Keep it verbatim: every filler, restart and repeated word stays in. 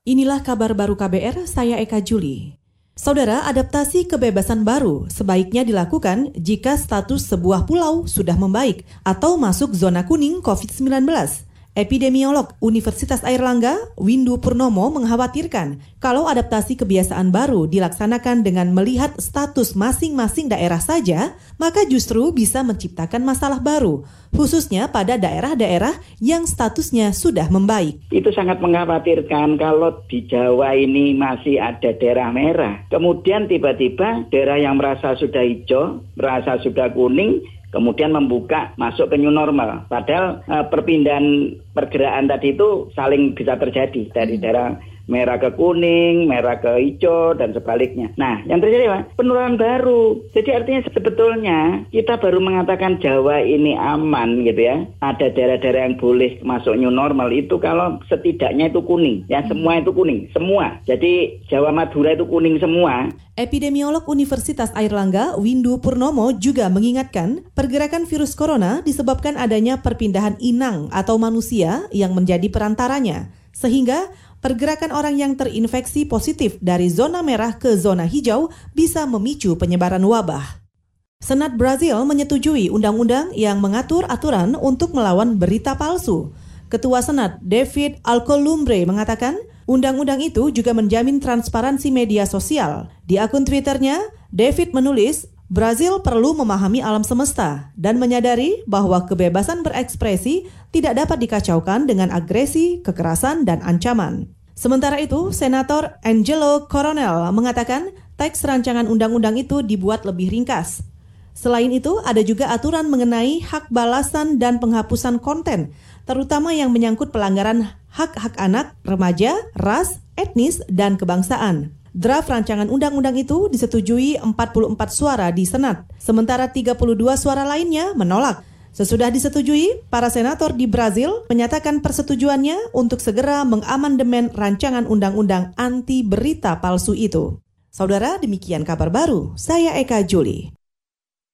Inilah kabar baru K B R, saya Eka Juli. Saudara, adaptasi kebebasan baru sebaiknya dilakukan jika status sebuah pulau sudah membaik atau masuk zona kuning covid sembilan belas. Epidemiolog Universitas Airlangga, Windu Purnomo mengkhawatirkan kalau adaptasi kebiasaan baru dilaksanakan dengan melihat status masing-masing daerah saja, maka justru bisa menciptakan masalah baru, khususnya pada daerah-daerah yang statusnya sudah membaik. Itu sangat mengkhawatirkan kalau di Jawa ini masih ada daerah merah. Kemudian tiba-tiba daerah yang merasa sudah hijau, merasa sudah kuning, kemudian membuka masuk ke new normal. Padahal e, perpindahan pergerakan tadi itu saling bisa terjadi dari daerah merah ke kuning, merah ke hijau, dan sebaliknya. Nah, yang terjadi apa? Penularan baru. Jadi artinya sebetulnya kita baru mengatakan Jawa ini aman gitu ya. Ada daerah-daerah yang boleh masuk new normal itu kalau setidaknya itu kuning. Ya, semua itu kuning. Semua. Jadi Jawa Madura itu kuning semua. Epidemiolog Universitas Airlangga, Windu Purnomo juga mengingatkan pergerakan virus corona disebabkan adanya perpindahan inang atau manusia yang menjadi perantaranya. Sehingga pergerakan orang yang terinfeksi positif dari zona merah ke zona hijau bisa memicu penyebaran wabah. Senat Brazil menyetujui undang-undang yang mengatur aturan untuk melawan berita palsu. Ketua Senat David Alcolumbre mengatakan, undang-undang itu juga menjamin transparansi media sosial. Di akun Twitternya, David menulis, Brazil perlu memahami alam semesta dan menyadari bahwa kebebasan berekspresi tidak dapat dikacaukan dengan agresi, kekerasan, dan ancaman. Sementara itu, Senator Angelo Coronel mengatakan teks rancangan undang-undang itu dibuat lebih ringkas. Selain itu, ada juga aturan mengenai hak balasan dan penghapusan konten, terutama yang menyangkut pelanggaran hak-hak anak, remaja, ras, etnis, dan kebangsaan. Draft rancangan undang-undang itu disetujui empat puluh empat suara di Senat, sementara tiga puluh dua suara lainnya menolak. Sesudah disetujui, para senator di Brazil menyatakan persetujuannya untuk segera mengamandemen rancangan undang-undang anti berita palsu itu. Saudara, demikian kabar baru. Saya Eka Juli.